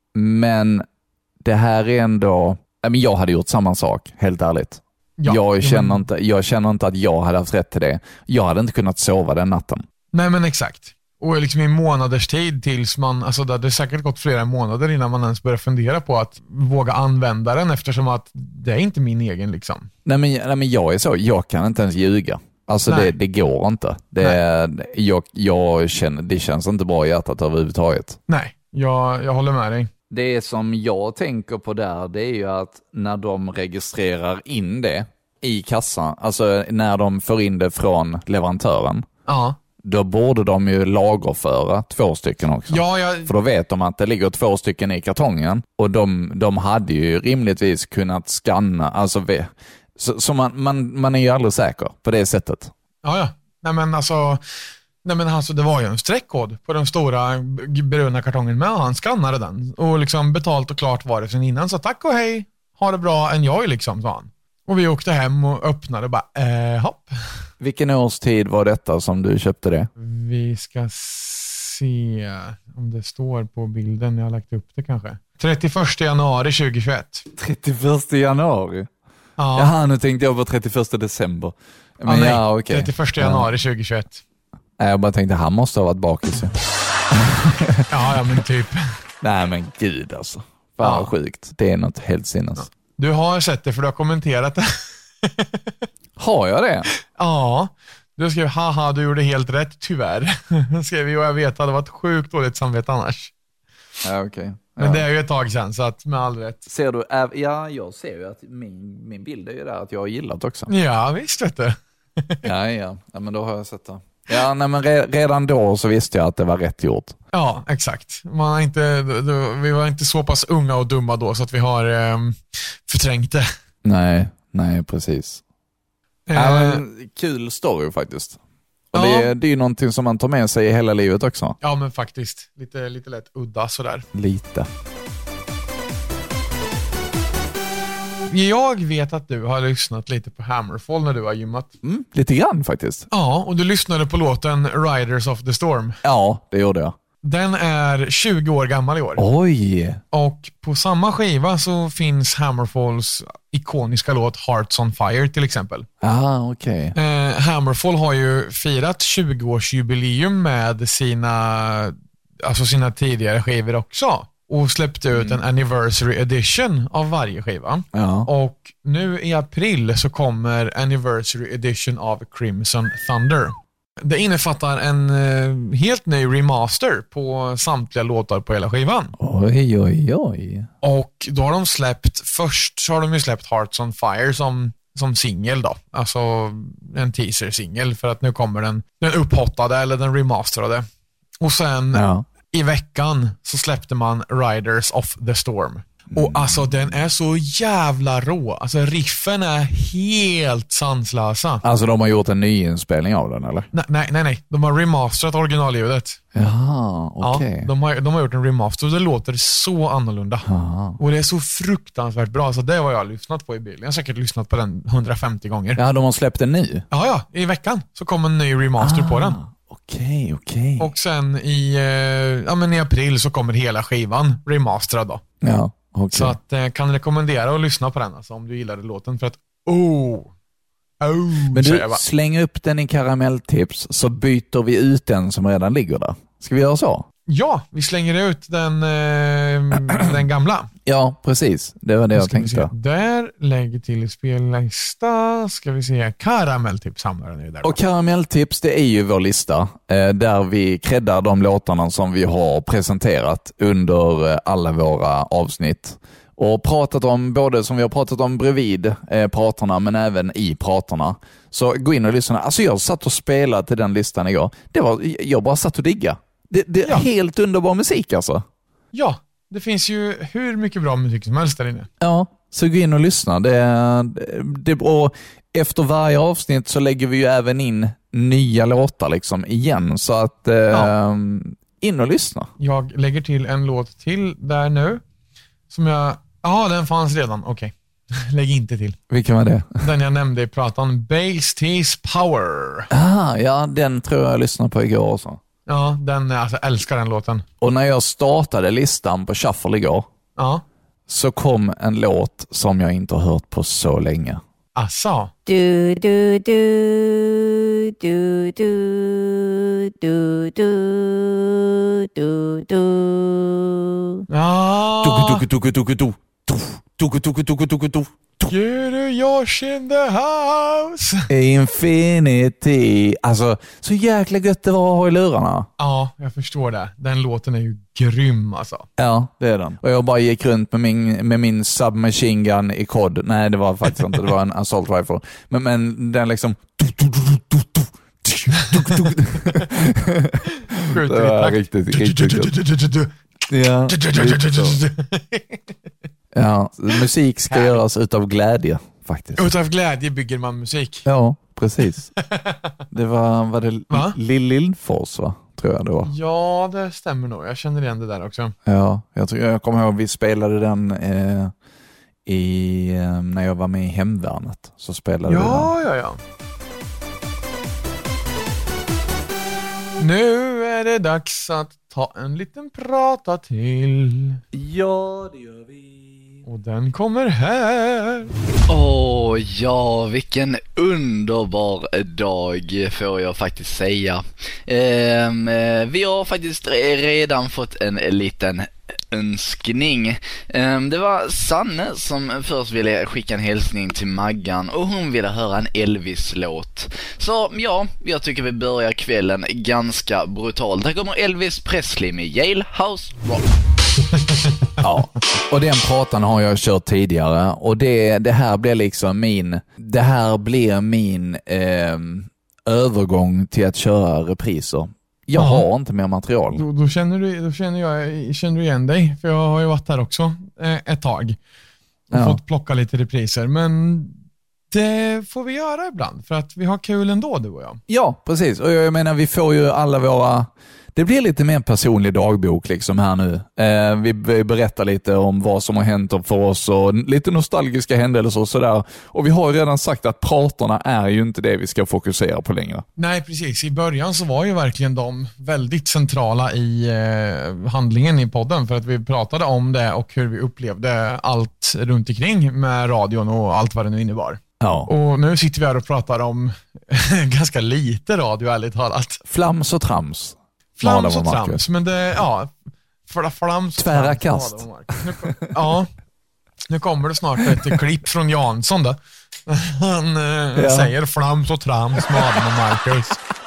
Men det här är ändå... Nej, men jag hade gjort samma sak, helt ärligt. ja. jag, Jo, känner men, inte, jag känner inte att jag hade haft rätt till det. Jag hade inte kunnat sova den natten. nej, men exakt. Och liksom i månaders tid tills man, alltså det hade säkert gått flera månader innan man ens börjar fundera på att våga använda den, eftersom att det är inte min egen liksom. Nej men, nej, men jag är så, jag kan inte ens ljuga. Alltså det, Nej. det går inte. Det, jag, jag känner, det känns inte bra i hjärtat överhuvudtaget. Nej, jag, jag håller med dig. Det som jag tänker på där, det är ju att när de registrerar in det i kassan, alltså när de får in det från leverantören, Ja, då borde de ju lagerföra två stycken också. ja jag, För då vet de att det ligger två stycken i kartongen och de, de hade ju rimligtvis kunnat scanna, alltså ve- så, så man, man, man är ju aldrig säker på det sättet. ja, ja. Nej men alltså, nej men alltså det var ju en streckkod på den stora g- bruna kartongen med, och han skannade den och liksom betalt och klart var det sen innan, så tack och hej, ha det bra, enjoy liksom, sa han. Och vi åkte hem och öppnade och bara, eh, hopp. Vilken årstid var detta som du köpte det? Vi ska se om det står på bilden, jag har lagt upp det kanske. trettioförsta januari tjugohundratjugoett. trettioförsta januari. Ja, Jaha, nu tänkte jag på trettioförsta december. Men ja, ja, nej, okej. trettioförsta januari tjugohundratjugoett. Ja. Jag bara tänkte, han måste ha varit bakis. Ja, ja, men typ. Nej men gud alltså. Fan Ja. vad sjukt. Det är något helt sinnes. Ja. Du har sett det för du har kommenterat det. Har jag det? Ja, du skrev haha, du gjorde helt rätt, tyvärr. Skrev vi, och jag vet att det hade varit sjukt dåligt samvete annars. Ja, okej. Men Ja. det är ju ett tag sedan, så att med all rätt. Ser du? Äh, ja, jag ser ju att min, min bild är ju där att jag har gillat också. Ja, visst vet du. Ja, ja. Ja, men då har jag sett det. Ja, nej, men re, redan då så visste jag att det var rätt gjort. Ja, exakt. Man har inte, då, vi var inte så pass unga och dumma då så att vi har eh, förträngt det. Nej, nej precis. Eh, Ja, men, kul story faktiskt. Och Ja. det, det är ju någonting som man tar med sig i hela livet också. ja, men faktiskt. Lite, lite lätt udda sådär. Lite. Jag vet att du har lyssnat lite på Hammerfall när du har gymmat. Mm, lite grann faktiskt. Ja, och du lyssnade på låten Riders of the Storm. Ja, det gjorde jag. Den är tjugo år gammal i år. Oj! Och på samma skiva så finns Hammerfalls ikoniska låt Hearts on Fire till exempel. Ah, okej. Eh, Hammerfall har ju firat tjugo-årsjubileum med sina, alltså sina tidigare skivor också. Och släppte ut en anniversary edition av varje skiva. Ja. Och nu i april så kommer anniversary edition av Crimson Thunder. Det innefattar en eh, helt ny remaster på samtliga låtar på hela skivan. Oj, oj, oj. Och då har de släppt, först så har de ju släppt Hearts on Fire som, som singel då. Alltså en teaser-singel, för att nu kommer den, den upphottade eller den remasterade. Och sen Ja. i veckan så släppte man Riders of the Storm. Och alltså den är så jävla rå. Alltså riffen är helt sanslösa. Alltså de har gjort en ny inspelning av den, eller? Nej, nej, nej, nej. De har remasterat originalljudet. Jaha, okej. Ja, de har, de har gjort en remaster och det låter så annorlunda. Aha. Och det är så fruktansvärt bra. Så det har jag lyssnat på i bilen. Jag har säkert lyssnat på den hundrafemtio gånger. Ja, Ja, de har släppt den nu? ja. I veckan så kom en ny remaster på den. Okej, okej. Och sen i, eh, ja, men i april så kommer hela skivan remasterad då. Ja, okej. Så att eh, kan rekommendera att lyssna på den alltså, om du gillade låten. För att, oh, oh Men säger du, jag bara. släng upp den i karamelltips så byter vi ut den som redan ligger där. Ska vi göra så? Ja, vi slänger ut den, eh, den gamla. Ja, precis. Det var det jag tänkte. Där, lägg till spellista. Ska vi se. Karamelltips hamnar den i där. Och karamelltips, det är ju vår lista. Eh, där vi creddar de låtarna som vi har presenterat under alla våra avsnitt. Och pratat om, både som vi har pratat om bredvid eh, pratarna, men även i pratarna. Så gå in och lyssna. Alltså jag satt och spelade till den listan igår. Det var, jag bara satt och digga. Det, det är ja. helt underbar musik alltså. Ja, det finns ju hur mycket bra musik som helst där inne. Ja, så gå in och lyssna. Det, det, och efter varje avsnitt så lägger vi ju även in nya låtar liksom igen. Så att eh, ja. in och lyssna. Jag lägger till en låt till där nu. Som jag... Ja, den fanns redan. Okej. Okay. Lägg inte till. Vilken var det? Den jag nämnde i pratan. Bass Tease Power. Ah, ja, den tror jag jag lyssnade på igår också. Ja, den, alltså, jag älskar den låten. Och när jag startade listan på Shuffle igår ja. så kom en låt som jag inte har hört på så länge. Asså? Du, du, du, du, du, du, du, du, du. Ja. Du, du, du, du, du, du, du, du, du, du, du, du. Get a Josh in the house. Infinity. Alltså, så jäkla gött det var att ha i lurarna. Ja, jag förstår det. Den låten är ju grym alltså. Ja, det är den. Och jag bara gick runt med min, med min submachine gun i kod. Nej, det var faktiskt inte. Det var en assault rifle. Men, men den liksom... Det var riktigt, riktigt gött. Ja, ja, musik ska göras utav glädje faktiskt. Utav glädje bygger man musik. Ja, precis. Det var, var det va? Lill Lindfors va? Tror jag det var. Ja, det stämmer nog. Jag känner igen det där också. Ja, jag, tror, jag kommer ihåg vi spelade den eh, i, eh, när jag var med i Hemvärnet. Så spelade ja, vi den. Ja, ja, Nu är det dags att ta en liten prata till. Ja, det gör vi. Och den kommer här. Åh, oh, ja, vilken underbar dag får jag faktiskt säga. Ehm, vi har faktiskt redan fått en liten önskning. Ehm, det var Sanne som först ville skicka en hälsning till Maggan och hon ville höra en Elvis-låt. Så ja, jag tycker vi börjar kvällen ganska brutalt. Här kommer Elvis Presley med Jailhouse Rock. Ja, och den pratan har jag kört tidigare och det, det här blir liksom min det här blir min eh, övergång till att köra repriser. Jag Aha. har inte mer material. Då, då, känner, du, då känner, jag, känner du igen dig, för jag har ju varit här också eh, ett tag och ja. fått plocka lite repriser, men det får vi göra ibland för att vi har kul ändå, du och jag. Ja, precis. Och jag menar, vi får ju alla våra... Det blir lite mer personlig dagbok liksom här nu. Eh, vi, vi berättar lite om vad som har hänt för oss och lite nostalgiska händelser och sådär. Och vi har redan sagt att pratarna är ju inte det vi ska fokusera på längre. Nej, precis. I början så var ju verkligen de väldigt centrala i eh, handlingen i podden, för att vi pratade om det och hur vi upplevde allt runt omkring med radion och allt vad det nu innebar. Ja. Och nu sitter vi här och pratar om ganska lite radio, ärligt talat. Flams och trams. Flams och trams, men det, ja, för flams och tvära trams, kast. Nu, ja, nu kommer det snart ett klipp från Jansson då. Han eh, ja. säger flams och trams med Adam och Marcus.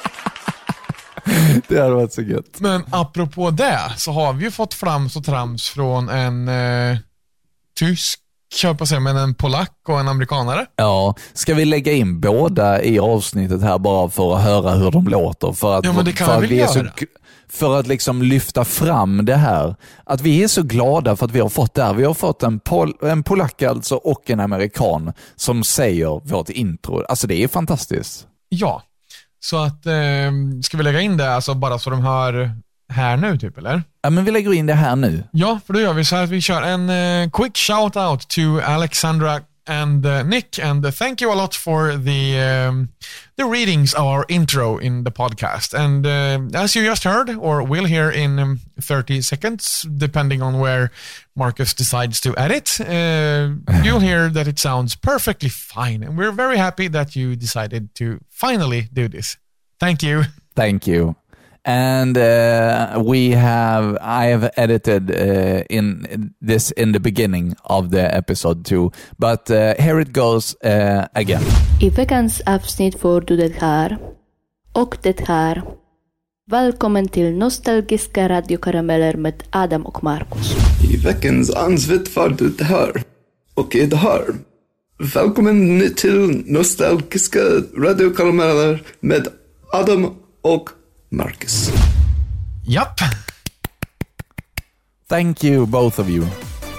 Det hade varit så gött. Men apropå det så har vi ju fått flams och trams från en eh, tysk, kör på sig, men en polack och en amerikanare. Ja, ska vi lägga in båda i avsnittet här bara för att höra hur de låter? För att, ja, men det kan för vi att vi är så, för att liksom lyfta fram det här. Att vi är så glada för att vi har fått det här. Vi har fått en, pol, en polack alltså och en amerikan som säger vårt intro. Alltså det är fantastiskt. Ja, så att eh, ska vi lägga in det alltså bara så de hör här nu typ, eller? Ja, men vi lägger in det här nu. Ja, för då gör vi så här att vi kör en uh, quick shout out to Alexandra and uh, Nick, and uh, thank you a lot for the um, the readings of our intro in the podcast. And uh, as you just heard, or will hear in um, thirty seconds, depending on where Marcus decides to edit, uh, you'll hear that it sounds perfectly fine. And we're very happy that you decided to finally do this. Thank you. Thank you. And uh, we have, I have edited uh, in this in the beginning of the episode too. But uh, here it goes uh, again. I veckans avsnitt får du det här och det här. Välkommen till nostalgiska radiokarameller med Adam och Marcus. I veckans avsnitt får du det här och det här. Välkommen till nostalgiska radiokarameller med Adam och Marcus. Japp. Thank you, both of you.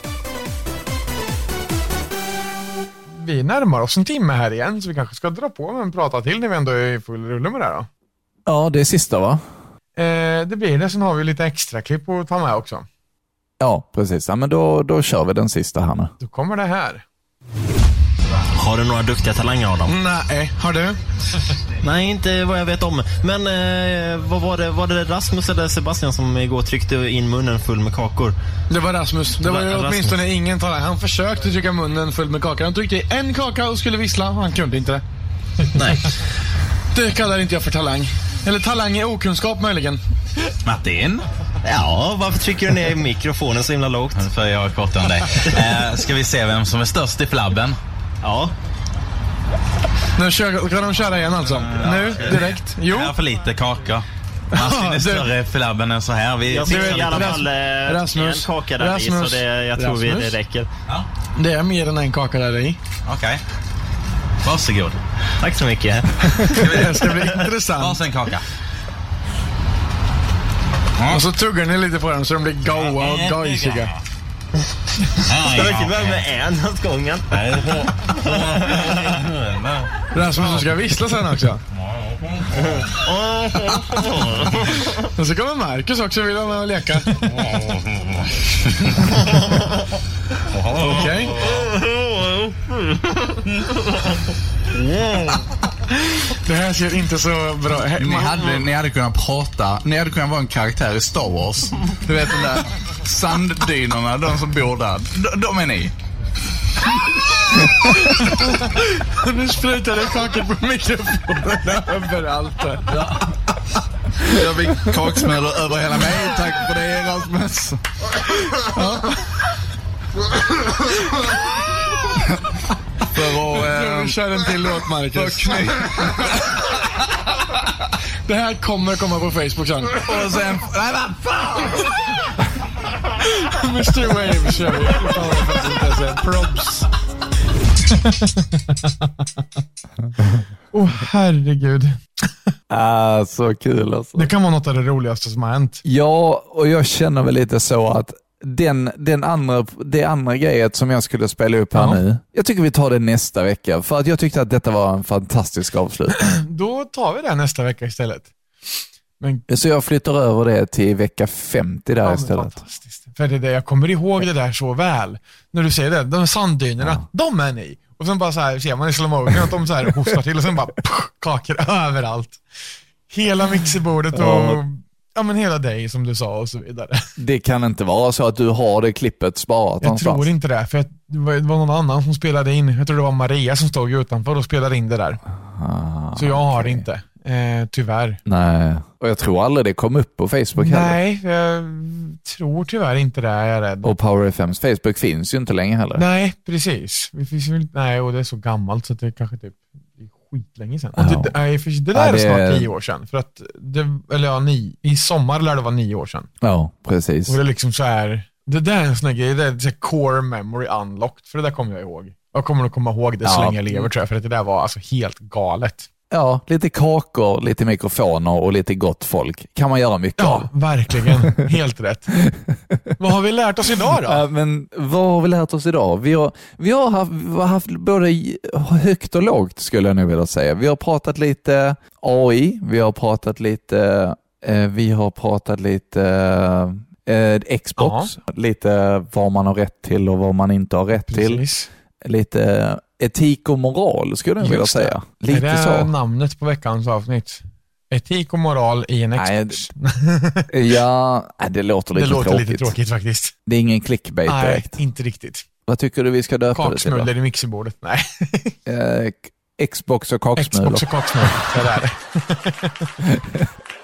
Vi närmar oss en timme här igen, så vi kanske ska dra på men prata till när vi ändå är i full rulle med det här då. Ja, det är sista va? Eh, det blir det, sen har vi lite extra klipp att ta med också. Ja, precis. Ja, men då, då kör vi den sista här nu. Då kommer det här. Har du några duktiga talanger, Adam? Nej, har du? Nej, inte vad jag vet om. Men eh, vad var det? Var det Rasmus eller Sebastian som igår tryckte in munnen full med kakor? Det var Rasmus. Det var ju Rasmus. åtminstone ingen talang. Han försökte trycka munnen full med kakor. Han tryckte i en kaka och skulle vissla. Han kunde inte det. Nej. Det kallar inte jag för talang. Eller talang är okunskap möjligen. Martin? Ja, varför trycker du ner mikrofonen så himla lågt? För jag är kortare än dig. eh, Ska vi se vem som är störst i flabben? Ja. Nu kör, kan de köra igen alltså? Ja, nu, direkt. Jo. Jag har för lite kakor. Martin är större i flabben än så här. Vi jag fick i alla fall eh, Rasmus, en kaka där Rasmus, i, så det, jag tror vi, Rasmus. det räcker. Ja. Det är mer än en kaka där i. Okej. Okay. Varsågod. Tack så mycket. Det ska bli intressant. Varsin kaka. Och så tuggar ni lite på dem så de blir goa och gojsiga. Ska vi inte börja med en åt gången? Rasmus, du ska vissla sen också. Och så kommer Marcus också och vill vara med och leka. Okej. Det här ser inte så bra. Ni hade, ni hade kunnat prata. Ni hade kunnat vara en karaktär i Star Wars. Du vet de där sanddynorna, de som bor där. De, de är ni. Nu sprutar det kakor på mikrofonen överallt. Ja. Jag fick kaksmällor över hela mig. Tack för det, Rasmus. Ja. För att... Vi kör en till låt, Marcus. Det här kommer komma på Facebook sen. Och sen... Nej, vad fan! mister Wave kör vi. Props. Åh, oh, herregud. Ah, så kul alltså. Det kan vara något av det roligaste som har hänt. Ja, och jag känner väl lite så att den, den andra, det andra grejet som jag skulle spela upp här ja. nu, jag tycker vi tar det nästa vecka, för att jag tyckte att detta var en fantastisk avslutning. Då tar vi det nästa vecka istället. Men... Så jag flyttar över det till vecka femtio där ja, istället. Fantastiskt. För det är det, jag kommer ihåg det där så väl. När du säger det, de sanddynerna, ja. de är ni. Och sen bara så här ser man i slow motion att de så här hostar till och sen bara pff, kakor överallt. Hela mixerbordet och ja. ja men hela dig som du sa och så vidare. Det kan inte vara så att du har det klippet sparat Jag någonstans. tror inte det, för det var, det var någon annan som spelade in. Jag tror det var Maria som stod utanför och spelade in det där. Ah, så jag har okay. det inte. Eh, tyvärr. Nej, och jag tror aldrig det kom upp på Facebook heller. Nej, jag tror tyvärr inte det, är jag rädd. Och Power F M's Facebook finns ju inte längre heller. Nej, precis. Vi finns ju, nej, och det är så gammalt så att det kanske typ är skitlänge sedan. Ja. Och det, nej, för det där ja, det är snart tio år sedan. För att det, eller ja, ni, i sommar lär det vara nio år sedan. Ja, precis. Och det är liksom så här, det där är en sån här grej, det är så här core memory unlocked, för det där kommer jag ihåg. Jag kommer att komma ihåg det så ja. länge jag lever, tror jag, för att det där var alltså helt galet. Ja, lite kakor, lite mikrofoner och lite gott folk. Kan man göra mycket ja, av. Ja, verkligen. Helt rätt. Vad har vi lärt oss idag då? Ja, men vad har vi lärt oss idag? Vi har, vi har, haft, vi har haft både högt och lågt, skulle jag nu vilja säga. Vi har pratat lite A I, vi har pratat lite, eh, vi har pratat lite eh, Xbox, aha. lite vad man har rätt till och vad man inte har rätt Precis. till. Lite etik och moral, skulle jag vilja säga. Lite är det så. namnet på veckans avsnitt? Etik och moral i en Xbox. Nej, ja, det låter lite det låter tråkigt. lite tråkigt faktiskt. Det är ingen clickbait Nej, direkt. inte riktigt. Vad tycker du vi ska döpa det till? Kaksmuller i mixerbordet. Nej. eh, Xbox och kaksmuller. Xbox och kaksmuller. Det är det.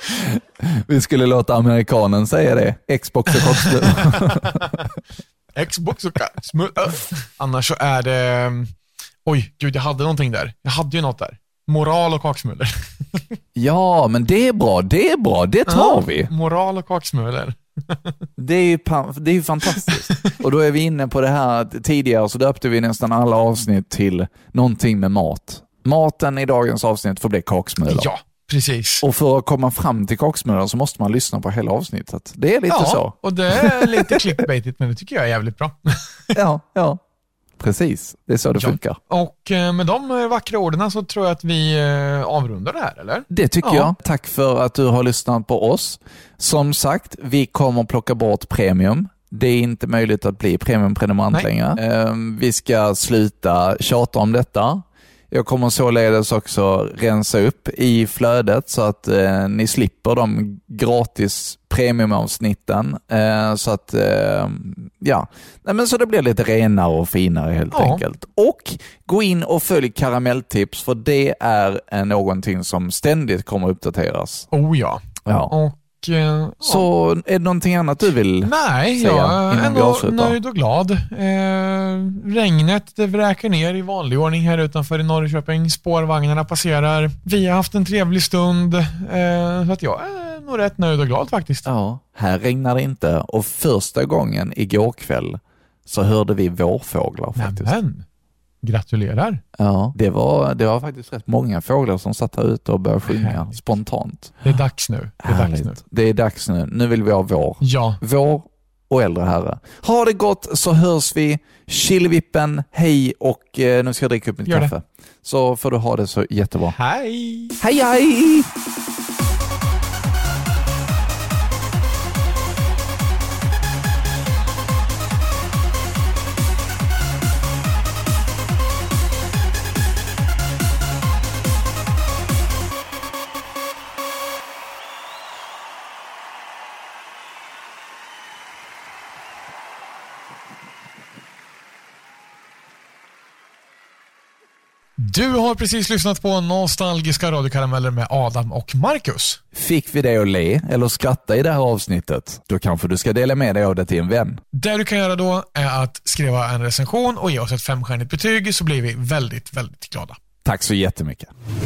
Vi skulle låta amerikanen säga det. Xbox och kaksmulor. Xbox och kaksmulor. Annars så är det... Oj, gud, jag hade någonting där. Jag hade ju något där. Moral och kaksmulor. Ja, men det är bra. Det är bra. Det tar ja, vi. Moral och kaksmulor. Det är ju, det är ju fantastiskt. Och då är vi inne på det här. Tidigare så döpte vi nästan alla avsnitt till någonting med mat. Maten i dagens avsnitt får bli kaksmulor. Ja, precis. Och för att komma fram till kaksmulor så måste man lyssna på hela avsnittet. Det är lite ja, så. Och det är lite clickbaitigt, men det tycker jag är jävligt bra. Ja, ja. Precis, det är så det ja. funkar. Och med de vackra orden så tror jag att vi avrundar det här, eller? Det tycker ja. jag. Tack för att du har lyssnat på oss. Som sagt, vi kommer plocka bort premium. Det är inte möjligt att bli premiumprenumerant längre. Vi ska sluta tjata om detta. Jag kommer således också rensa upp i flödet så att eh, ni slipper de gratis premiumavsnitten. Eh, så att, eh, ja, Nej, men så det blir lite renare och finare helt ja. enkelt. Och gå in och följ Karamelltips, för det är eh, någonting som ständigt kommer uppdateras. Oh ja. Ja. Och så är det någonting annat du vill Nej, säga jag är ändå nöjd och glad. Eh, regnet det vräker ner i vanlig ordning här utanför i Norrköping. Spårvagnarna passerar. Vi har haft en trevlig stund. Eh, så att jag är nog rätt nöjd och glad faktiskt. Ja, här regnar det inte. Och första gången igår kväll så hörde vi vårfåglar faktiskt. Nämen. Gratulerar. Ja, det var, det var faktiskt rätt många fåglar som satt här ute och började sjunga Härligt. Spontant. Det är dags nu. Det är dags nu. Det är dags nu. Nu vill vi ha vår. Ja. Vår och äldre herre. Ha det gott så hörs vi. Chillvippen, hej och eh, nu ska jag dricka upp mitt Gör kaffe. Det. Så får du ha det så jättebra. Hej! Hej, hej! Du har precis lyssnat på nostalgiska radiokarameller med Adam och Marcus. Fick vi dig att le eller skratta i det här avsnittet? Då kanske du ska dela med dig av det till en vän. Det du kan göra då är att skriva en recension och ge oss ett femstjärnigt betyg, så blir vi väldigt, väldigt glada. Tack så jättemycket.